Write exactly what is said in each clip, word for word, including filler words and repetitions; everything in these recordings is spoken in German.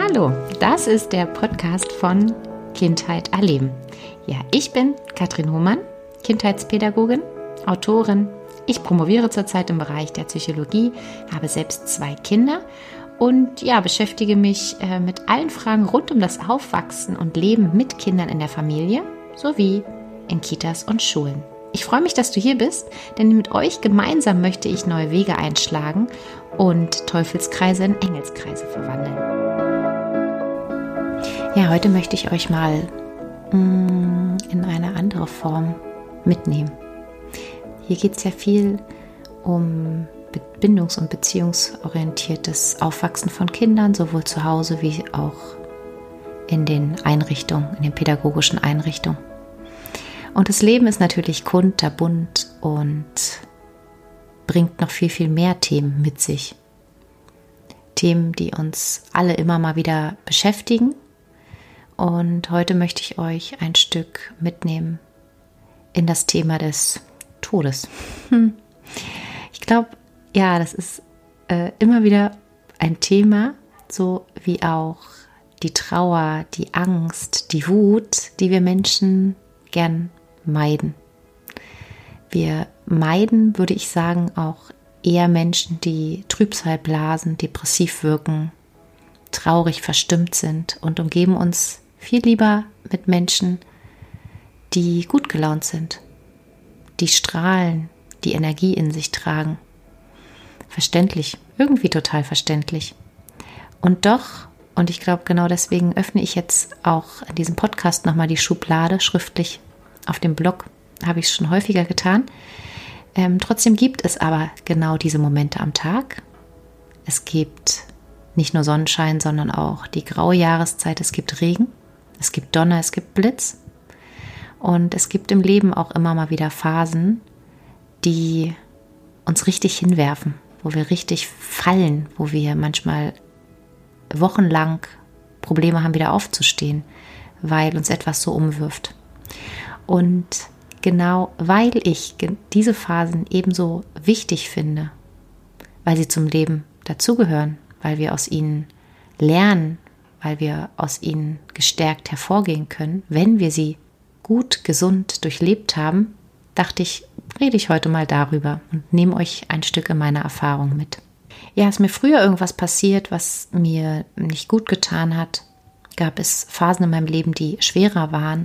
Hallo, das ist der Podcast von Kindheit erleben. Ja, ich bin Katrin Hohmann, Kindheitspädagogin, Autorin. Ich promoviere zurzeit im Bereich der Psychologie, habe selbst zwei Kinder und ja, beschäftige mich äh, mit allen Fragen rund um das Aufwachsen und Leben mit Kindern in der Familie sowie in Kitas und Schulen. Ich freue mich, dass du hier bist, denn mit euch gemeinsam möchte ich neue Wege einschlagen und Teufelskreise in Engelskreise verwandeln. Ja, heute möchte ich euch mal mm, in eine andere Form mitnehmen. Hier geht es ja viel um bindungs- und beziehungsorientiertes Aufwachsen von Kindern, sowohl zu Hause wie auch in den Einrichtungen, in den pädagogischen Einrichtungen. Und das Leben ist natürlich kunterbunt und bringt noch viel, viel mehr Themen mit sich. Themen, die uns alle immer mal wieder beschäftigen. Und heute möchte ich euch ein Stück mitnehmen in das Thema des Todes. Hm. Ich glaube, ja, das ist äh, immer wieder ein Thema, so wie auch die Trauer, die Angst, die Wut, die wir Menschen gern meiden. Wir meiden, würde ich sagen, auch eher Menschen, die Trübsal blasen, depressiv wirken, traurig verstimmt sind und umgeben uns viel lieber mit Menschen, die gut gelaunt sind, die strahlen, die Energie in sich tragen. Verständlich, irgendwie total verständlich. Und doch, und ich glaube, genau deswegen öffne ich jetzt auch in diesem Podcast nochmal die Schublade schriftlich. Auf dem Blog habe ich es schon häufiger getan. Ähm, trotzdem gibt es aber genau diese Momente am Tag. Es gibt nicht nur Sonnenschein, sondern auch die graue Jahreszeit. Es gibt Regen, es gibt Donner, es gibt Blitz. Und es gibt im Leben auch immer mal wieder Phasen, die uns richtig hinwerfen, wo wir richtig fallen, wo wir manchmal wochenlang Probleme haben, wieder aufzustehen, weil uns etwas so umwirft. Und genau weil ich diese Phasen ebenso wichtig finde, weil sie zum Leben dazugehören, weil wir aus ihnen lernen, weil wir aus ihnen gestärkt hervorgehen können, wenn wir sie gut, gesund durchlebt haben, dachte ich, rede ich heute mal darüber und nehme euch ein Stück in meiner Erfahrung mit. Ja, ist mir früher irgendwas passiert, was mir nicht gut getan hat, gab es Phasen in meinem Leben, die schwerer waren,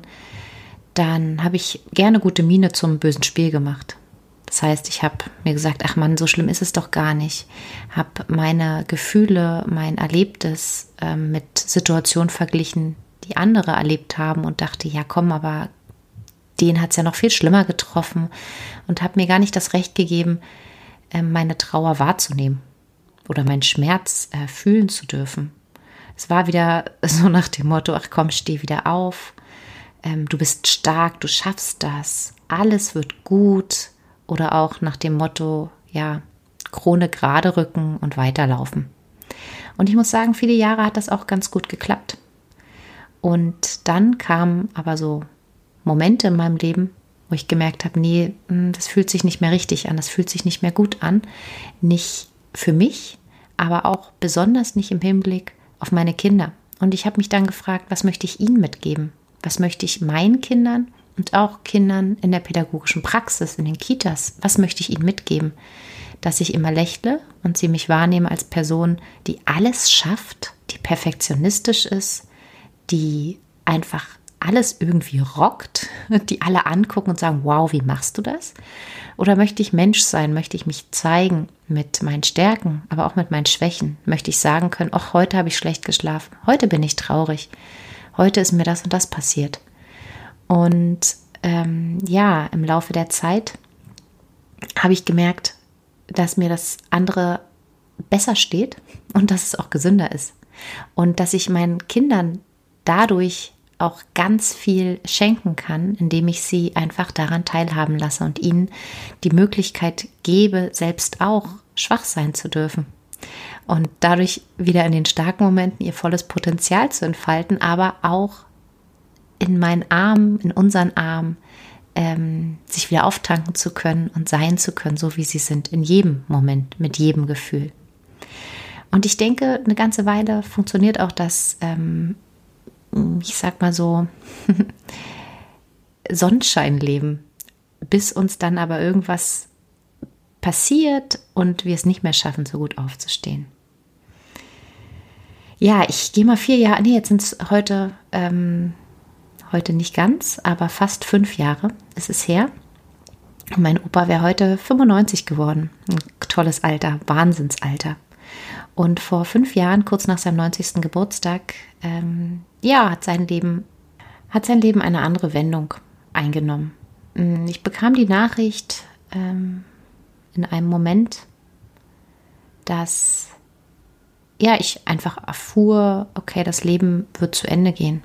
dann habe ich gerne gute Miene zum bösen Spiel gemacht. Das heißt, ich habe mir gesagt, ach Mann, so schlimm ist es doch gar nicht. Habe meine Gefühle, mein Erlebtes äh, mit Situationen verglichen, die andere erlebt haben und dachte, ja komm, aber den hat es ja noch viel schlimmer getroffen und habe mir gar nicht das Recht gegeben, äh, meine Trauer wahrzunehmen oder meinen Schmerz äh, fühlen zu dürfen. Es war wieder so nach dem Motto, ach komm, steh wieder auf. Du bist stark, du schaffst das, alles wird gut, oder auch nach dem Motto, ja, Krone gerade rücken und weiterlaufen. Und ich muss sagen, viele Jahre hat das auch ganz gut geklappt. Und dann kamen aber so Momente in meinem Leben, wo ich gemerkt habe, nee, das fühlt sich nicht mehr richtig an, das fühlt sich nicht mehr gut an. Nicht für mich, aber auch besonders nicht im Hinblick auf meine Kinder. Und ich habe mich dann gefragt, was möchte ich ihnen mitgeben? Was möchte ich meinen Kindern und auch Kindern in der pädagogischen Praxis, in den Kitas, was möchte ich ihnen mitgeben? Dass ich immer lächle und sie mich wahrnehmen als Person, die alles schafft, die perfektionistisch ist, die einfach alles irgendwie rockt, die alle angucken und sagen, wow, wie machst du das? Oder möchte ich Mensch sein, möchte ich mich zeigen mit meinen Stärken, aber auch mit meinen Schwächen? Möchte ich sagen können, ach, heute habe ich schlecht geschlafen, heute bin ich traurig. Heute ist mir das und das passiert. Und ähm, ja, im Laufe der Zeit habe ich gemerkt, dass mir das andere besser steht und dass es auch gesünder ist. Und dass ich meinen Kindern dadurch auch ganz viel schenken kann, indem ich sie einfach daran teilhaben lasse und ihnen die Möglichkeit gebe, selbst auch schwach sein zu dürfen. Und dadurch wieder in den starken Momenten ihr volles Potenzial zu entfalten, aber auch in meinen Armen, in unseren Armen, ähm, sich wieder auftanken zu können und sein zu können, so wie sie sind, in jedem Moment, mit jedem Gefühl. Und ich denke, eine ganze Weile funktioniert auch das, ähm, ich sag mal so, Sonnenscheinleben, bis uns dann aber irgendwas passiert und wir es nicht mehr schaffen, so gut aufzustehen. Ja, ich gehe mal vier Jahre, nee, jetzt sind es heute, ähm, heute nicht ganz, aber fast fünf Jahre ist es her. Mein Opa wäre heute fünfundneunzig geworden. Ein tolles Alter, Wahnsinnsalter. Und vor fünf Jahren, kurz nach seinem neunzigsten Geburtstag, ähm, ja, hat sein Leben, hat sein Leben eine andere Wendung eingenommen. Ich bekam die Nachricht ähm, in einem Moment, dass ja, ich einfach erfuhr, okay, das Leben wird zu Ende gehen.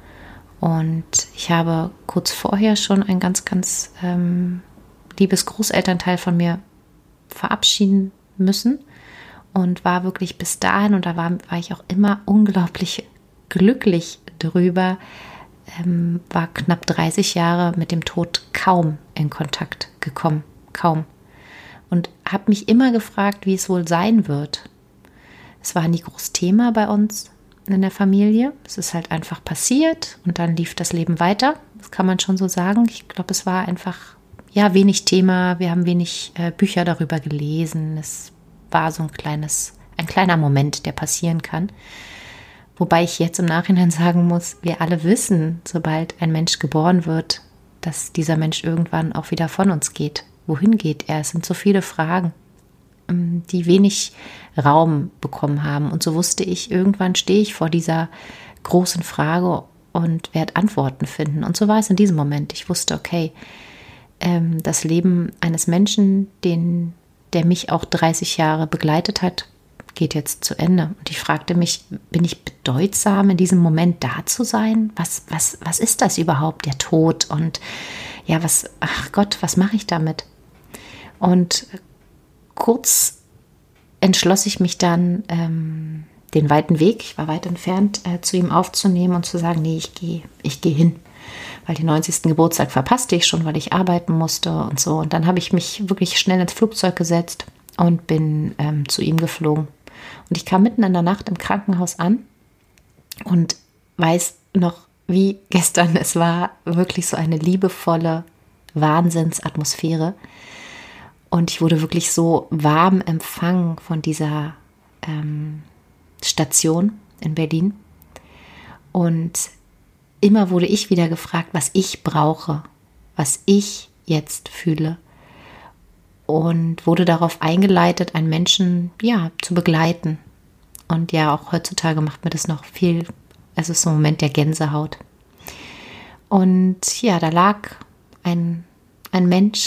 Und ich habe kurz vorher schon ein ganz, ganz ähm, liebes Großelternteil von mir verabschieden müssen und war wirklich bis dahin, und da war, war ich auch immer unglaublich glücklich drüber, ähm, war knapp dreißig Jahre mit dem Tod kaum in Kontakt gekommen, kaum. Und habe mich immer gefragt, wie es wohl sein wird. Es war nie groß Thema bei uns in der Familie. Es ist halt einfach passiert und dann lief das Leben weiter. Das kann man schon so sagen. Ich glaube, es war einfach ja wenig Thema. Wir haben wenig äh, Bücher darüber gelesen. Es war so ein kleines, ein kleiner Moment, der passieren kann. Wobei ich jetzt im Nachhinein sagen muss, wir alle wissen, sobald ein Mensch geboren wird, dass dieser Mensch irgendwann auch wieder von uns geht. Wohin geht er? Es sind so viele Fragen, die wenig Raum bekommen haben. Und so wusste ich, irgendwann stehe ich vor dieser großen Frage und werde Antworten finden. Und so war es in diesem Moment. Ich wusste, okay, das Leben eines Menschen, den, der mich auch dreißig Jahre begleitet hat, geht jetzt zu Ende. Und ich fragte mich, bin ich bedeutsam, in diesem Moment da zu sein? Was, was, was ist das überhaupt, der Tod? Und ja, was, ach Gott, was mache ich damit? Und kurz entschloss ich mich dann, ähm, den weiten Weg, ich war weit entfernt, äh, zu ihm aufzunehmen und zu sagen, nee, ich gehe ich gehe hin. Weil den neunzigsten Geburtstag verpasste ich schon, weil ich arbeiten musste und so. Und dann habe ich mich wirklich schnell ins Flugzeug gesetzt und bin ähm, zu ihm geflogen. Und ich kam mitten in der Nacht im Krankenhaus an und weiß noch wie gestern, es war wirklich so eine liebevolle Wahnsinnsatmosphäre. Und ich wurde wirklich so warm empfangen von dieser ähm, Station in Berlin. Und immer wurde ich wieder gefragt, was ich brauche, was ich jetzt fühle. Und wurde darauf eingeleitet, einen Menschen ja, zu begleiten. Und ja, auch heutzutage macht mir das noch viel, es ist so ein Moment der Gänsehaut. Und ja, da lag ein, ein Mensch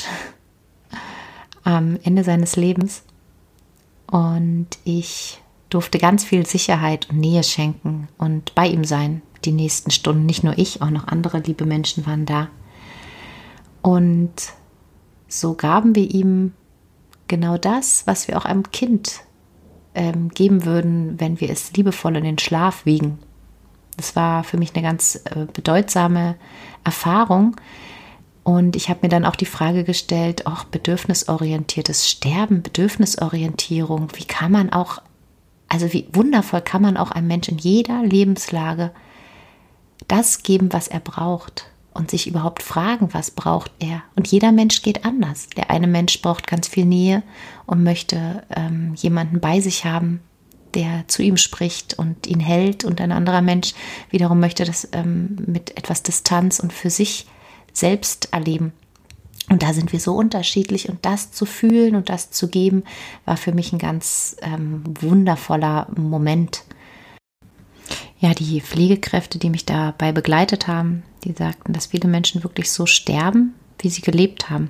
am Ende seines Lebens. Und ich durfte ganz viel Sicherheit und Nähe schenken und bei ihm sein die nächsten Stunden. Nicht nur ich, auch noch andere liebe Menschen waren da. Und so gaben wir ihm genau das, was wir auch einem Kind ähm, geben würden, wenn wir es liebevoll in den Schlaf wiegen. Das war für mich eine ganz äh, bedeutsame Erfahrung. Und ich habe mir dann auch die Frage gestellt, auch bedürfnisorientiertes Sterben, Bedürfnisorientierung, wie kann man auch, also wie wundervoll kann man auch einem Menschen in jeder Lebenslage das geben, was er braucht und sich überhaupt fragen, was braucht er. Und jeder Mensch geht anders. Der eine Mensch braucht ganz viel Nähe und möchte ähm, jemanden bei sich haben, der zu ihm spricht und ihn hält. Und ein anderer Mensch wiederum möchte das ähm, mit etwas Distanz und für sich selbst erleben. Und da sind wir so unterschiedlich. Und das zu fühlen und das zu geben, war für mich ein ganz ähm, wundervoller Moment. Ja, die Pflegekräfte, die mich dabei begleitet haben, die sagten, dass viele Menschen wirklich so sterben, wie sie gelebt haben.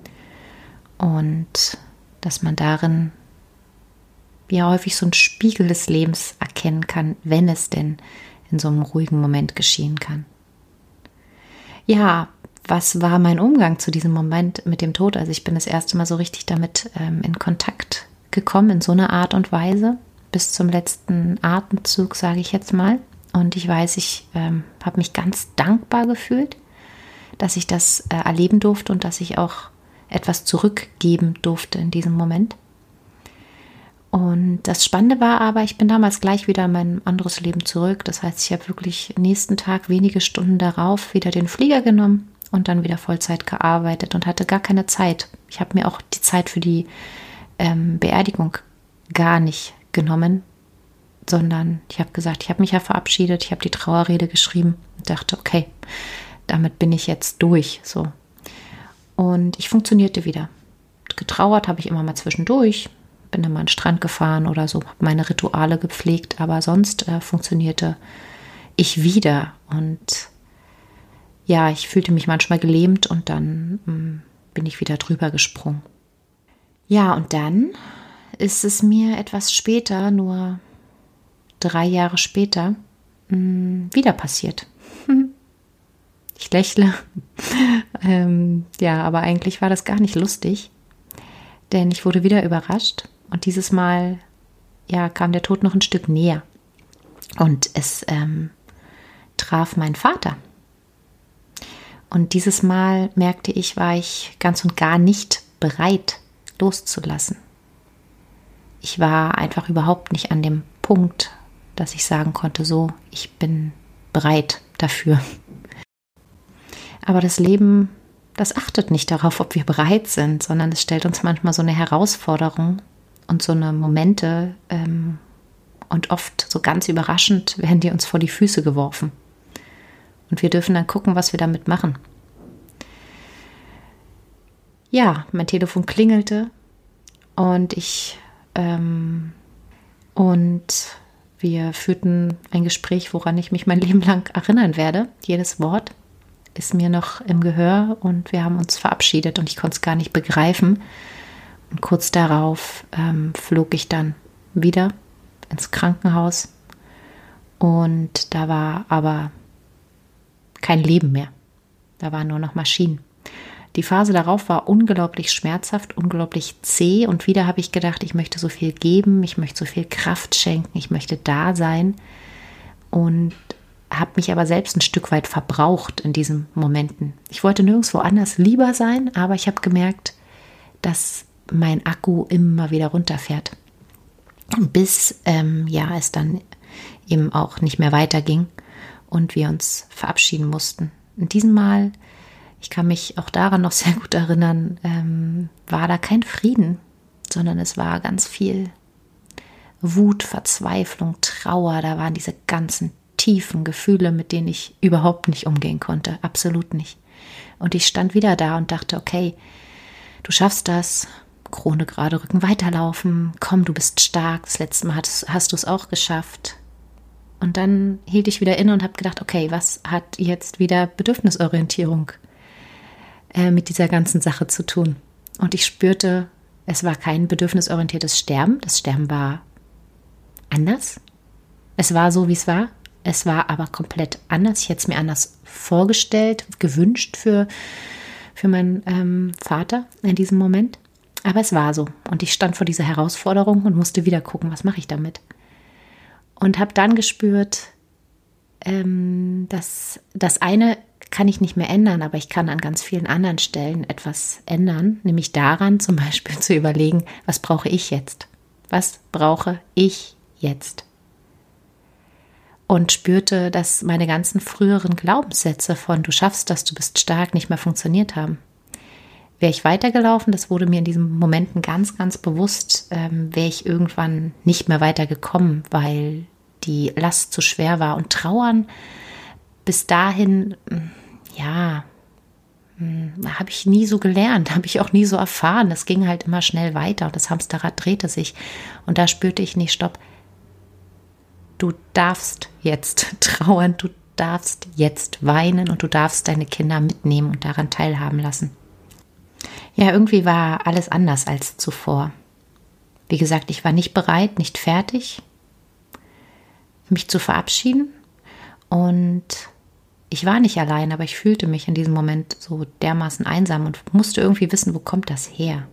Und dass man darin ja häufig so einen Spiegel des Lebens erkennen kann, wenn es denn in so einem ruhigen Moment geschehen kann. Ja, was war mein Umgang zu diesem Moment mit dem Tod? Also ich bin das erste Mal so richtig damit ähm, in Kontakt gekommen, in so einer Art und Weise, bis zum letzten Atemzug, sage ich jetzt mal. Und ich weiß, ich ähm, habe mich ganz dankbar gefühlt, dass ich das äh, erleben durfte und dass ich auch etwas zurückgeben durfte in diesem Moment. Und das Spannende war aber, ich bin damals gleich wieder in mein anderes Leben zurück. Das heißt, ich habe wirklich nächsten Tag, wenige Stunden darauf, wieder den Flieger genommen und dann wieder Vollzeit gearbeitet und hatte gar keine Zeit. Ich habe mir auch die Zeit für die ähm, Beerdigung gar nicht genommen, sondern ich habe gesagt, ich habe mich ja verabschiedet, ich habe die Trauerrede geschrieben und dachte, okay, damit bin ich jetzt durch. So. Und ich funktionierte wieder. Getrauert habe ich immer mal zwischendurch, bin dann mal an den Strand gefahren oder so, habe meine Rituale gepflegt, aber sonst äh, funktionierte ich wieder. Und ja, ich fühlte mich manchmal gelähmt und dann mh, bin ich wieder drüber gesprungen. Ja, und dann ist es mir etwas später, nur drei Jahre später, mh, wieder passiert. Ich lächle. ähm, ja, aber eigentlich war das gar nicht lustig, denn ich wurde wieder überrascht. Und dieses Mal, ja, kam der Tod noch ein Stück näher. Und es ähm, traf meinen Vater. Und dieses Mal merkte ich, war ich ganz und gar nicht bereit, loszulassen. Ich war einfach überhaupt nicht an dem Punkt, dass ich sagen konnte, so, ich bin bereit dafür. Aber das Leben, das achtet nicht darauf, ob wir bereit sind, sondern es stellt uns manchmal so eine Herausforderung und so eine Momente ähm, und oft so ganz überraschend werden die uns vor die Füße geworfen. Und wir dürfen dann gucken, was wir damit machen. Ja, mein Telefon klingelte und ich ähm, und wir führten ein Gespräch, woran ich mich mein Leben lang erinnern werde. Jedes Wort ist mir noch im Gehör und wir haben uns verabschiedet und ich konnte es gar nicht begreifen. Und kurz darauf ähm, flog ich dann wieder ins Krankenhaus und da war aber kein Leben mehr. Da waren nur noch Maschinen. Die Phase darauf war unglaublich schmerzhaft, unglaublich zäh und wieder habe ich gedacht, ich möchte so viel geben, ich möchte so viel Kraft schenken, ich möchte da sein und habe mich aber selbst ein Stück weit verbraucht in diesen Momenten. Ich wollte nirgendwo anders lieber sein, aber ich habe gemerkt, dass mein Akku immer wieder runterfährt, bis ähm, ja, es dann eben auch nicht mehr weiterging und wir uns verabschieden mussten. Und diesem Mal, ich kann mich auch daran noch sehr gut erinnern, ähm, war da kein Frieden, sondern es war ganz viel Wut, Verzweiflung, Trauer. Da waren diese ganzen tiefen Gefühle, mit denen ich überhaupt nicht umgehen konnte. Absolut nicht. Und ich stand wieder da und dachte, okay, du schaffst das. Krone gerade, Rücken weiterlaufen. Komm, du bist stark. Das letzte Mal hast, hast du es auch geschafft. Und dann hielt ich wieder inne und habe gedacht, okay, was hat jetzt wieder Bedürfnisorientierung äh, mit dieser ganzen Sache zu tun? Und ich spürte, es war kein bedürfnisorientiertes Sterben. Das Sterben war anders. Es war so, wie es war. Es war aber komplett anders. Ich hätte es mir anders vorgestellt, gewünscht für, für meinen ähm, Vater in diesem Moment. Aber es war so. Und ich stand vor dieser Herausforderung und musste wieder gucken, was mache ich damit? Und habe dann gespürt, ähm, dass das eine kann ich nicht mehr ändern, aber ich kann an ganz vielen anderen Stellen etwas ändern. Nämlich daran zum Beispiel zu überlegen, was brauche ich jetzt? Was brauche ich jetzt? Und spürte, dass meine ganzen früheren Glaubenssätze von du schaffst das, du bist stark, nicht mehr funktioniert haben. Wäre ich weitergelaufen, das wurde mir in diesen Momenten ganz, ganz bewusst, ähm, wäre ich irgendwann nicht mehr weitergekommen, weil die Last zu schwer war. Und Trauern bis dahin, ja, habe ich nie so gelernt, habe ich auch nie so erfahren. Das ging halt immer schnell weiter und das Hamsterrad drehte sich. Und da spürte ich, nee, stopp, du darfst jetzt trauern, du darfst jetzt weinen und du darfst deine Kinder mitnehmen und daran teilhaben lassen. Ja, irgendwie war alles anders als zuvor. Wie gesagt, ich war nicht bereit, nicht fertig, mich zu verabschieden. Und ich war nicht allein, aber ich fühlte mich in diesem Moment so dermaßen einsam und musste irgendwie wissen, wo kommt das her?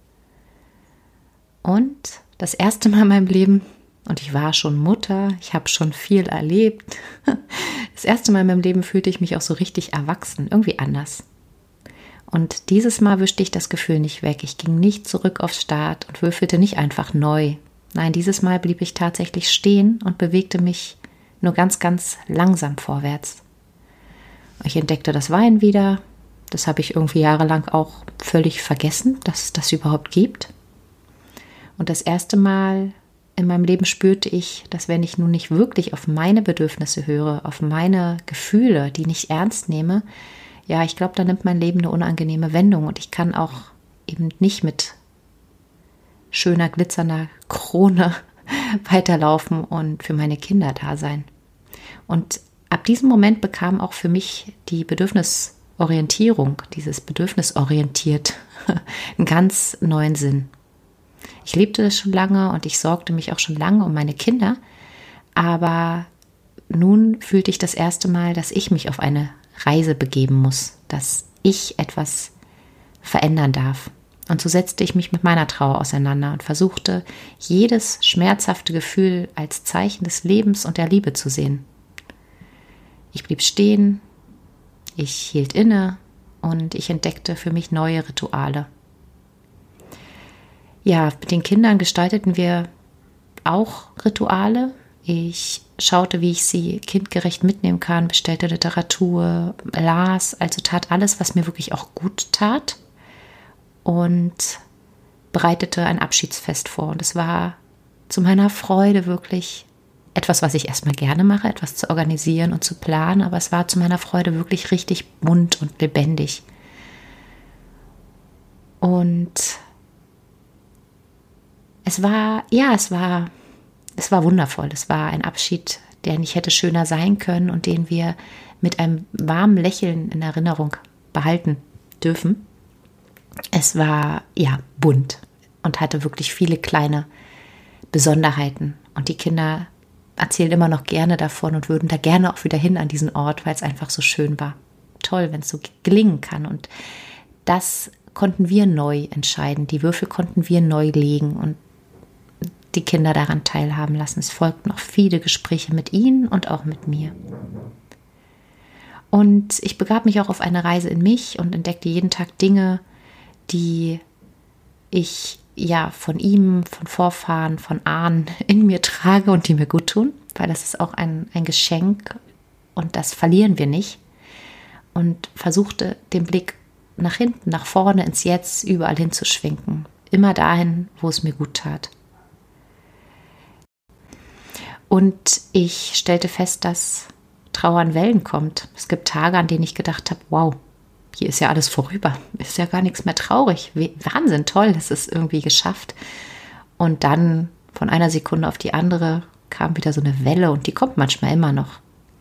Und das erste Mal in meinem Leben, und ich war schon Mutter, ich habe schon viel erlebt, das erste Mal in meinem Leben fühlte ich mich auch so richtig erwachsen, irgendwie anders. Und dieses Mal wischte ich das Gefühl nicht weg. Ich ging nicht zurück aufs Start und würfelte nicht einfach neu, Nein, dieses Mal blieb ich tatsächlich stehen und bewegte mich nur ganz, ganz langsam vorwärts. Ich entdeckte das Weinen wieder. Das habe ich irgendwie jahrelang auch völlig vergessen, dass es das überhaupt gibt. Und das erste Mal in meinem Leben spürte ich, dass wenn ich nun nicht wirklich auf meine Bedürfnisse höre, auf meine Gefühle, die nicht ernst nehme, ja, ich glaube, da nimmt mein Leben eine unangenehme Wendung und ich kann auch eben nicht mit schöner, glitzernder Krone weiterlaufen und für meine Kinder da sein. Und ab diesem Moment bekam auch für mich die Bedürfnisorientierung, dieses Bedürfnisorientiert, einen ganz neuen Sinn. Ich lebte das schon lange und ich sorgte mich auch schon lange um meine Kinder, aber nun fühlte ich das erste Mal, dass ich mich auf eine Reise begeben muss, dass ich etwas verändern darf. Und so setzte ich mich mit meiner Trauer auseinander und versuchte, jedes schmerzhafte Gefühl als Zeichen des Lebens und der Liebe zu sehen. Ich blieb stehen, ich hielt inne und ich entdeckte für mich neue Rituale. Ja, mit den Kindern gestalteten wir auch Rituale. Ich schaute, wie ich sie kindgerecht mitnehmen kann, bestellte Literatur, las, also tat alles, was mir wirklich auch gut tat und bereitete ein Abschiedsfest vor. Und es war zu meiner Freude wirklich etwas, was ich erstmal gerne mache, etwas zu organisieren und zu planen, aber es war zu meiner Freude wirklich richtig bunt und lebendig. Und es war, ja, es war, es war wundervoll. Es war ein Abschied, der nicht hätte schöner sein können und den wir mit einem warmen Lächeln in Erinnerung behalten dürfen. Es war, ja, bunt und hatte wirklich viele kleine Besonderheiten. Und die Kinder erzählen immer noch gerne davon und würden da gerne auch wieder hin an diesen Ort, weil es einfach so schön war. Toll, wenn es so gelingen kann. Und das konnten wir neu entscheiden. Die Würfel konnten wir neu legen und die Kinder daran teilhaben lassen. Es folgten noch viele Gespräche mit ihnen und auch mit mir. Und ich begab mich auch auf eine Reise in mich und entdeckte jeden Tag Dinge, die ich ja von ihm, von Vorfahren, von Ahnen in mir trage und die mir gut tun, weil das ist auch ein, ein Geschenk und das verlieren wir nicht. Und versuchte den Blick nach hinten, nach vorne, ins Jetzt, überall hinzuschwenken. Immer dahin, wo es mir gut tat. Und ich stellte fest, dass Trauer in Wellen kommt. Es gibt Tage, an denen ich gedacht habe, wow, hier ist ja alles vorüber. Ist ja gar nichts mehr traurig. Wahnsinn, toll, das ist irgendwie geschafft. Und dann von einer Sekunde auf die andere kam wieder so eine Welle und die kommt manchmal immer noch.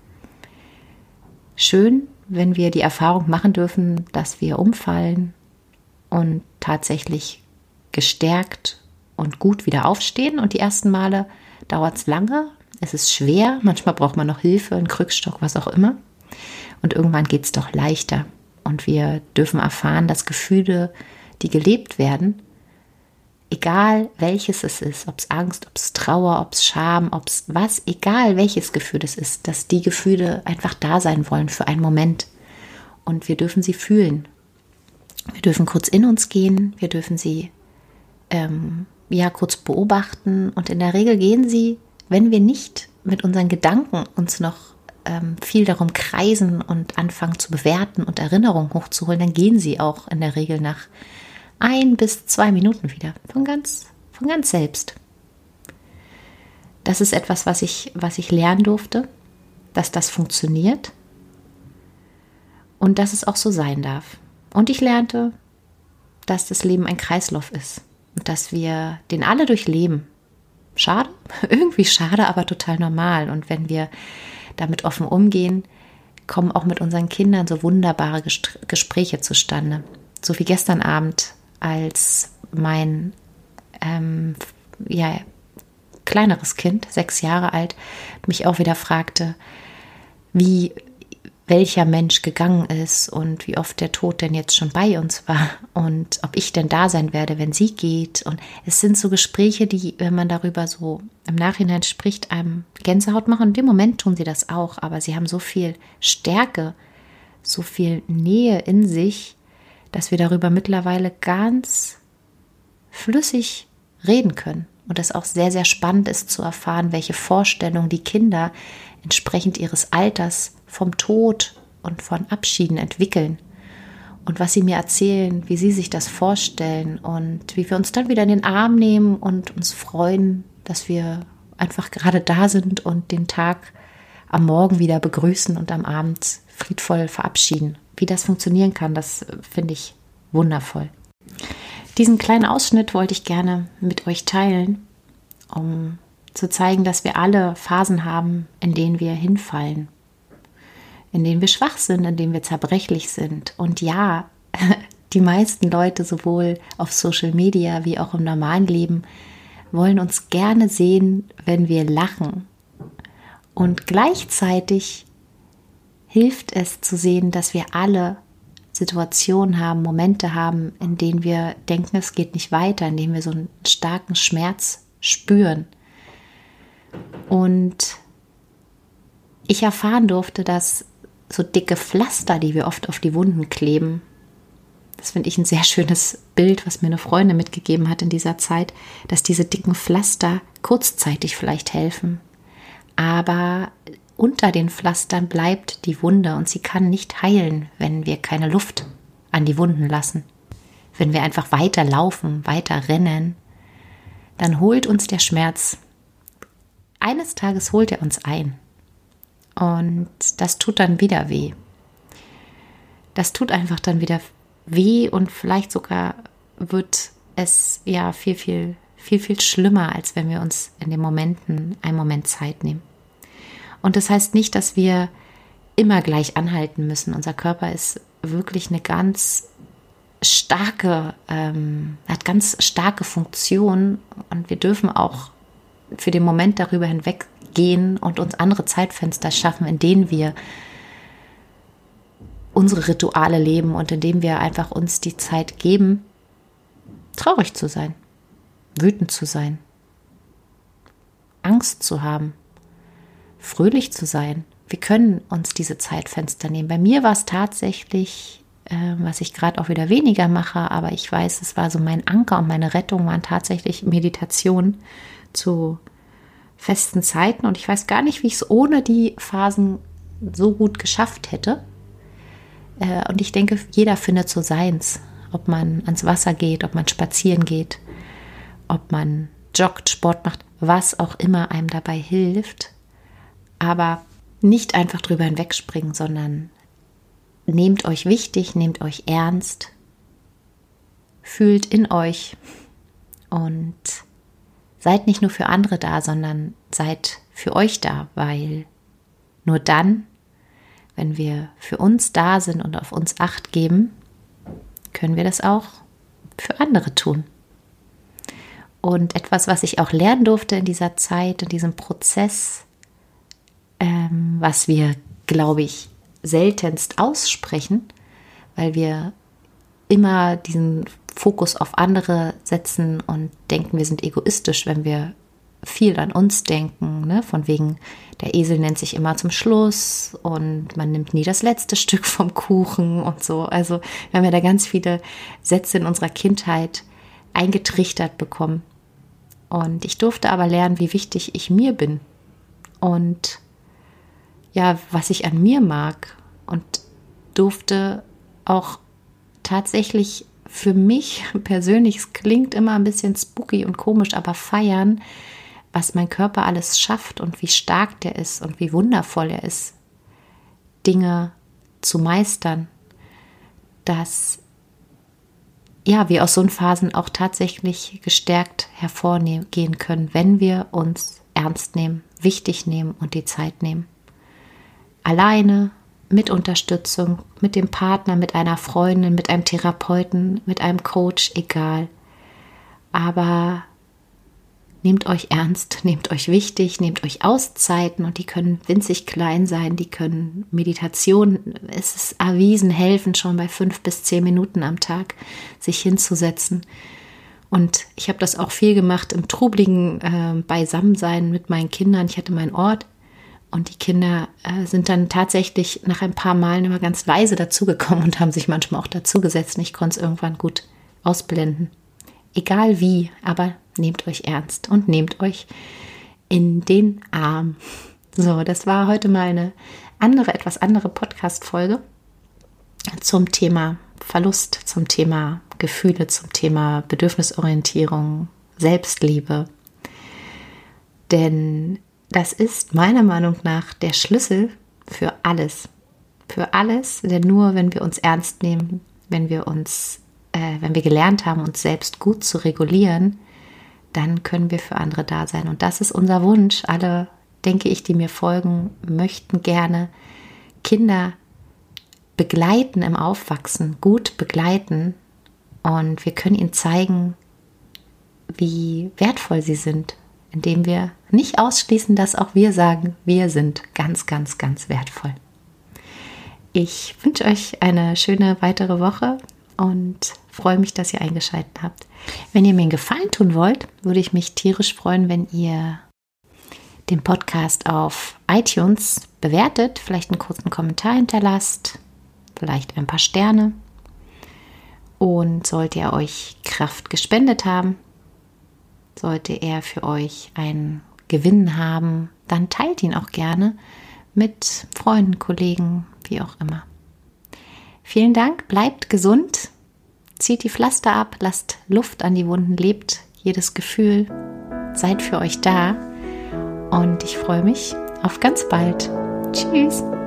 Schön, wenn wir die Erfahrung machen dürfen, dass wir umfallen und tatsächlich gestärkt und gut wieder aufstehen. Und die ersten Male dauert es lange, es ist schwer, manchmal braucht man noch Hilfe, einen Krückstock, was auch immer. Und irgendwann geht es doch leichter. Und wir dürfen erfahren, dass Gefühle, die gelebt werden, egal welches es ist, ob es Angst, ob es Trauer, ob es Scham, ob es was, egal welches Gefühl es ist, dass die Gefühle einfach da sein wollen für einen Moment. Und wir dürfen sie fühlen. Wir dürfen kurz in uns gehen, wir dürfen sie ähm, ja kurz beobachten. Und in der Regel gehen sie, wenn wir nicht mit unseren Gedanken uns noch ähm, viel darum kreisen und anfangen zu bewerten und Erinnerungen hochzuholen, dann gehen sie auch in der Regel nach ein bis zwei Minuten wieder, von ganz, von ganz selbst. Das ist etwas, was ich, was ich lernen durfte, dass das funktioniert und dass es auch so sein darf. Und ich lernte, dass das Leben ein Kreislauf ist und dass wir den alle durchleben. Schade, irgendwie schade, aber total normal. Und wenn wir damit offen umgehen, kommen auch mit unseren Kindern so wunderbare Gest- Gespräche zustande. So wie gestern Abend, als mein ähm, ja, kleineres Kind, sechs Jahre alt, mich auch wieder fragte, wie welcher Mensch gegangen ist und wie oft der Tod denn jetzt schon bei uns war und ob ich denn da sein werde, wenn sie geht. Und es sind so Gespräche, die, wenn man darüber so im Nachhinein spricht, einem Gänsehaut machen. Und in dem Moment tun sie das auch, aber sie haben so viel Stärke, so viel Nähe in sich, dass wir darüber mittlerweile ganz flüssig reden können. Und es auch sehr, sehr spannend ist zu erfahren, welche Vorstellungen die Kinder entsprechend ihres Alters vom Tod und von Abschieden entwickeln. Und was sie mir erzählen, wie sie sich das vorstellen und wie wir uns dann wieder in den Arm nehmen und uns freuen, dass wir einfach gerade da sind und den Tag am Morgen wieder begrüßen und am Abend friedvoll verabschieden. Wie das funktionieren kann, das finde ich wundervoll. Diesen kleinen Ausschnitt wollte ich gerne mit euch teilen, um zu zeigen, dass wir alle Phasen haben, in denen wir hinfallen, in denen wir schwach sind, in denen wir zerbrechlich sind. Und ja, die meisten Leute, sowohl auf Social Media wie auch im normalen Leben, wollen uns gerne sehen, wenn wir lachen. Und gleichzeitig hilft es zu sehen, dass wir alle Situationen haben, Momente haben, in denen wir denken, es geht nicht weiter, in denen wir so einen starken Schmerz spüren. Und ich erfahren durfte, dass so dicke Pflaster, die wir oft auf die Wunden kleben, das finde ich ein sehr schönes Bild, was mir eine Freundin mitgegeben hat in dieser Zeit, dass diese dicken Pflaster kurzzeitig vielleicht helfen, aber unter den Pflastern bleibt die Wunde und sie kann nicht heilen, wenn wir keine Luft an die Wunden lassen. Wenn wir einfach weiter laufen, weiter rennen, dann holt uns der Schmerz. Eines Tages holt er uns ein und das tut dann wieder weh. Das tut einfach dann wieder weh und vielleicht sogar wird es ja viel, viel, viel, viel schlimmer, als wenn wir uns in den Momenten einen Moment Zeit nehmen. Und das heißt nicht, dass wir immer gleich anhalten müssen. Unser Körper ist wirklich eine ganz starke, ähm, hat ganz starke Funktion und wir dürfen auch für den Moment darüber hinweggehen und uns andere Zeitfenster schaffen, in denen wir unsere Rituale leben und in denen wir einfach uns die Zeit geben, traurig zu sein, wütend zu sein, Angst zu haben, fröhlich zu sein. Wir können uns diese Zeitfenster nehmen. Bei mir war es tatsächlich, äh, was ich gerade auch wieder weniger mache, aber ich weiß, es war so mein Anker und meine Rettung waren tatsächlich Meditationen zu festen Zeiten und ich weiß gar nicht, wie ich es ohne die Phasen so gut geschafft hätte. Äh, und ich denke, jeder findet so seins, ob man ans Wasser geht, ob man spazieren geht, ob man joggt, Sport macht, was auch immer einem dabei hilft. Aber nicht einfach drüber hinwegspringen, sondern nehmt euch wichtig, nehmt euch ernst, fühlt in euch und seid nicht nur für andere da, sondern seid für euch da, weil nur dann, wenn wir für uns da sind und auf uns Acht geben, können wir das auch für andere tun. Und etwas, was ich auch lernen durfte in dieser Zeit, in diesem Prozess, ähm, was wir, glaube ich, seltenst aussprechen, weil wir immer diesen Fokus auf andere setzen und denken, wir sind egoistisch, wenn wir viel an uns denken, ne? Von wegen, der Esel nennt sich immer zum Schluss und man nimmt nie das letzte Stück vom Kuchen und so. Also wir haben ja da ganz viele Sätze in unserer Kindheit eingetrichtert bekommen. Und ich durfte aber lernen, wie wichtig ich mir bin und ja, was ich an mir mag und durfte auch tatsächlich für mich persönlich, es klingt immer ein bisschen spooky und komisch, aber feiern, was mein Körper alles schafft und wie stark der ist und wie wundervoll er ist, Dinge zu meistern, dass ja, wir aus so Phasen auch tatsächlich gestärkt hervorgehen können, wenn wir uns ernst nehmen, wichtig nehmen und die Zeit nehmen. Alleine, mit Unterstützung, mit dem Partner, mit einer Freundin, mit einem Therapeuten, mit einem Coach, egal. Aber nehmt euch ernst, nehmt euch wichtig, nehmt euch Auszeiten und die können winzig klein sein, die können Meditation, es ist erwiesen, helfen schon bei fünf bis zehn Minuten am Tag, sich hinzusetzen. Und ich habe das auch viel gemacht im trubeligen äh, Beisammensein mit meinen Kindern. Ich hatte meinen Ort und die Kinder äh, sind dann tatsächlich nach ein paar Malen immer ganz leise dazugekommen und haben sich manchmal auch dazugesetzt und ich konnte es irgendwann gut ausblenden. Egal wie, aber nehmt euch ernst und nehmt euch in den Arm. So, das war heute mal eine andere, etwas andere Podcast-Folge zum Thema Verlust, zum Thema Gefühle, zum Thema Bedürfnisorientierung, Selbstliebe. Denn das ist meiner Meinung nach der Schlüssel für alles. Für alles, denn nur wenn wir uns ernst nehmen, wenn wir uns, äh, wenn wir gelernt haben, uns selbst gut zu regulieren, dann können wir für andere da sein. Und das ist unser Wunsch. Alle, denke ich, die mir folgen, möchten gerne Kinder begleiten im Aufwachsen, gut begleiten. Und wir können ihnen zeigen, wie wertvoll sie sind, indem wir nicht ausschließen, dass auch wir sagen, wir sind ganz, ganz, ganz wertvoll. Ich wünsche euch eine schöne weitere Woche und freue mich, dass ihr eingeschaltet habt. Wenn ihr mir einen Gefallen tun wollt, würde ich mich tierisch freuen, wenn ihr den Podcast auf iTunes bewertet, vielleicht einen kurzen Kommentar hinterlasst, vielleicht ein paar Sterne. Und sollte er euch Kraft gespendet haben, sollte er für euch einen Gewinn haben, dann teilt ihn auch gerne mit Freunden, Kollegen, wie auch immer. Vielen Dank, bleibt gesund, zieht die Pflaster ab, lasst Luft an die Wunden, lebt jedes Gefühl, seid für euch da und ich freue mich auf ganz bald. Tschüss!